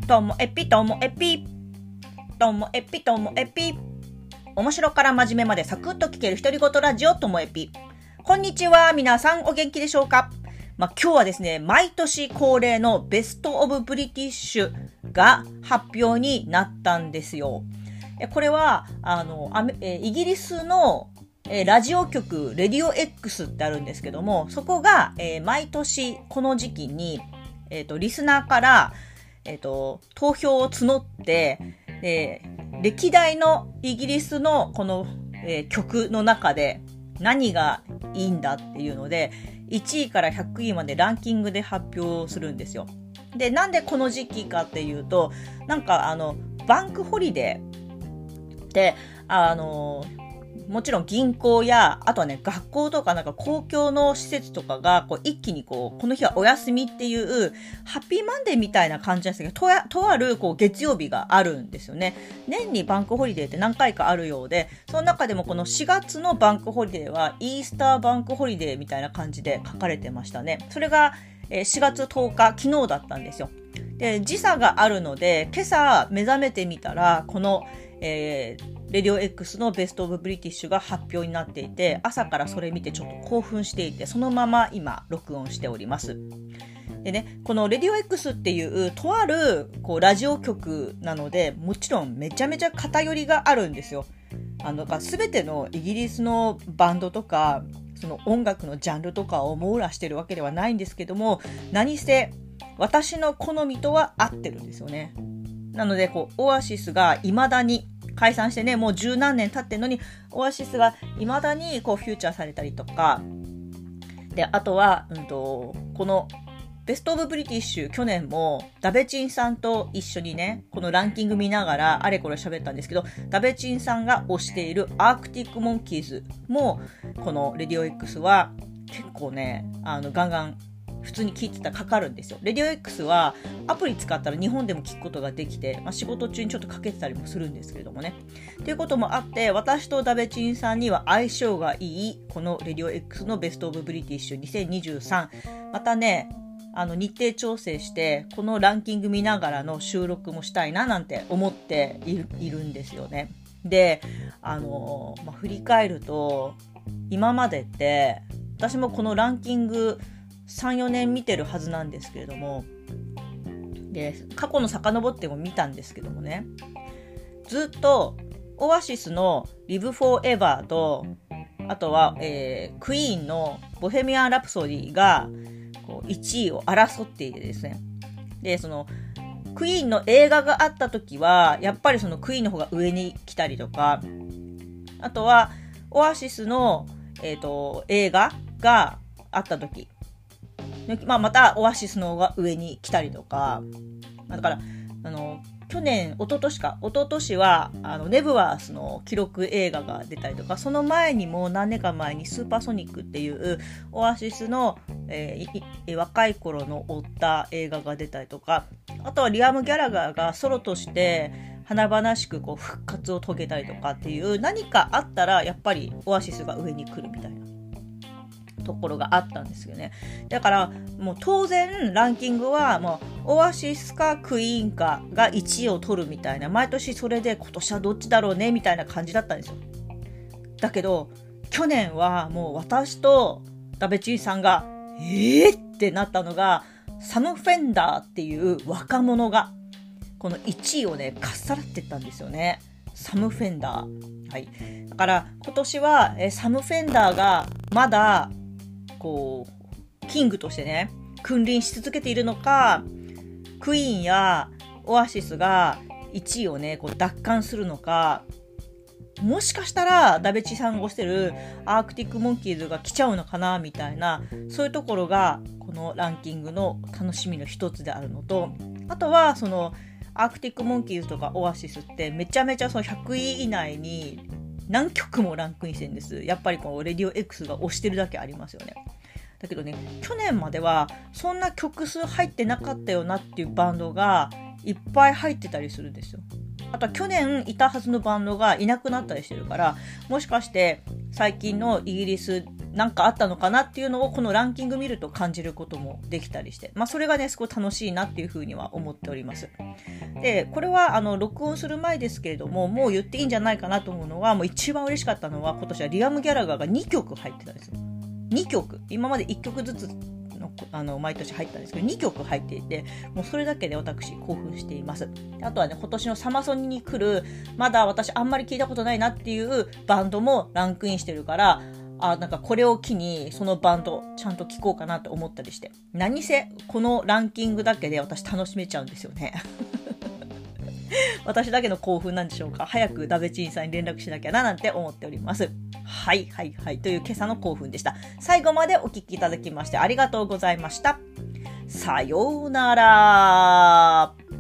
ともえぴともえぴともえぴともえぴ面白から真面目までサクッと聞ける独り言ラジオともえぴ。こんにちは、皆さんお元気でしょうか。今日はですね、毎年恒例のベストオブブリティッシュが発表になったんですよ。これはイギリスのラジオ局レディオ X ってあるんですけども、そこが毎年この時期にリスナーから投票を募って歴代のイギリスのこの曲の中で何がいいんだっていうので1位から100位までランキングで発表するんですよ。で、なんでこの時期かっていうと、なんかバンクホリデーでもちろん銀行や、あとはね、学校とかなんか公共の施設とかが、一気にこの日はお休みっていう、ハッピーマンデーみたいな感じなんですけど、とある月曜日があるんですよね。年にバンクホリデーって何回かあるようで、その中でもこの4月のバンクホリデーは、イースターバンクホリデーみたいな感じで書かれてましたね。それが4月10日、昨日だったんですよ。で、時差があるので、今朝目覚めてみたら、この、レディオ X のベストオブブリティッシュが発表になっていて、朝からそれ見てちょっと興奮していて、そのまま今録音しております。でね、このレディオ X っていうとあるラジオ局なので、もちろんめちゃめちゃ偏りがあるんですよ。全てのイギリスのバンドとかその音楽のジャンルとかを網羅してるわけではないんですけども、何せ私の好みとは合ってるんですよね。なのでオアシスが未だに解散してね、もう十何年経ってるのに、オアシスが未だにフューチャーされたりとかで、あとは、このベストオブブリティッシュ、去年もダベチンさんと一緒にね、このランキング見ながらあれこれ喋ったんですけど、ダベチンさんが推しているアークティックモンキーズもこのレディオ X は結構ね、ガンガン普通に聞いてたらかかるんですよ。レディオ X はアプリ使ったら日本でも聞くことができて、仕事中にちょっとかけてたりもするんですけれどもね。ということもあって、私とダベチンさんには相性がいいこのレディオ X のベストオブブリティッシュ2023、またね、日程調整してこのランキング見ながらの収録もしたいななんて思っているんですよね。で、振り返ると今までって私もこのランキング3、4年見てるはずなんですけれども、で過去の遡っても見たんですけどもね、ずっとオアシスの Live Forever と、あとは、クイーンのボヘミアン・ラプソディが1位を争っていてですね、でそのクイーンの映画があった時はやっぱりそのクイーンの方が上に来たりとか、あとはオアシスの、映画があった時、またオアシスの方が上に来たりとか、だから去年、一昨年はネブワースの記録映画が出たりとか、その前にも何年か前にスーパーソニックっていうオアシスの、若い頃の追った映画が出たりとか、あとはリアム・ギャラガーがソロとして華々しく復活を遂げたりとかっていう、何かあったらやっぱりオアシスが上に来るみたいなところがあったんですよね。だからもう当然ランキングはもうオアシスかクイーンかが1位を取るみたいな、毎年それで今年はどっちだろうねみたいな感じだったんですよ。だけど去年はもう私とダベチーさんがってなったのが、サム・フェンダーっていう若者がこの1位をねかっさらってったんですよね。サム・フェンダー、はい、だから今年はサム・フェンダーがまだキングとしてね君臨し続けているのか、クイーンやオアシスが1位をね奪還するのか、もしかしたらダベチさんが推してるアークティックモンキーズが来ちゃうのかなみたいな、そういうところがこのランキングの楽しみの一つであるのと、あとはそのアークティックモンキーズとかオアシスってめちゃめちゃその100位以内に何曲もランクインしてるんです。やっぱりレディオ X が推してるだけありますよね。だけどね、去年まではそんな曲数入ってなかったよなっていうバンドがいっぱい入ってたりするんですよ。あとは去年いたはずのバンドがいなくなったりしてるから、もしかして最近のイギリスなんかあったのかなっていうのをこのランキング見ると感じることもできたりして、それがねすごい楽しいなっていうふうには思っております。でこれは録音する前ですけれども、もう言っていいんじゃないかなと思うのは、もう一番嬉しかったのは今年はリアム・ギャラガーが2曲入ってたんですよ。2曲、今まで1曲ずつの毎年入ったんですけど、2曲入っていて、もうそれだけで私興奮しています。あとはね、今年のサマソニに来るまだ私あんまり聞いたことないなっていうバンドもランクインしてるから、なんかこれを機にそのバンドちゃんと聴こうかなと思ったりして、何せこのランキングだけで私楽しめちゃうんですよね。私だけの興奮なんでしょうか。早くダベチンさんに連絡しなきゃななんて思っております。はいはいはい、という今朝の興奮でした。最後までお聞きいただきましてありがとうございました。さようなら。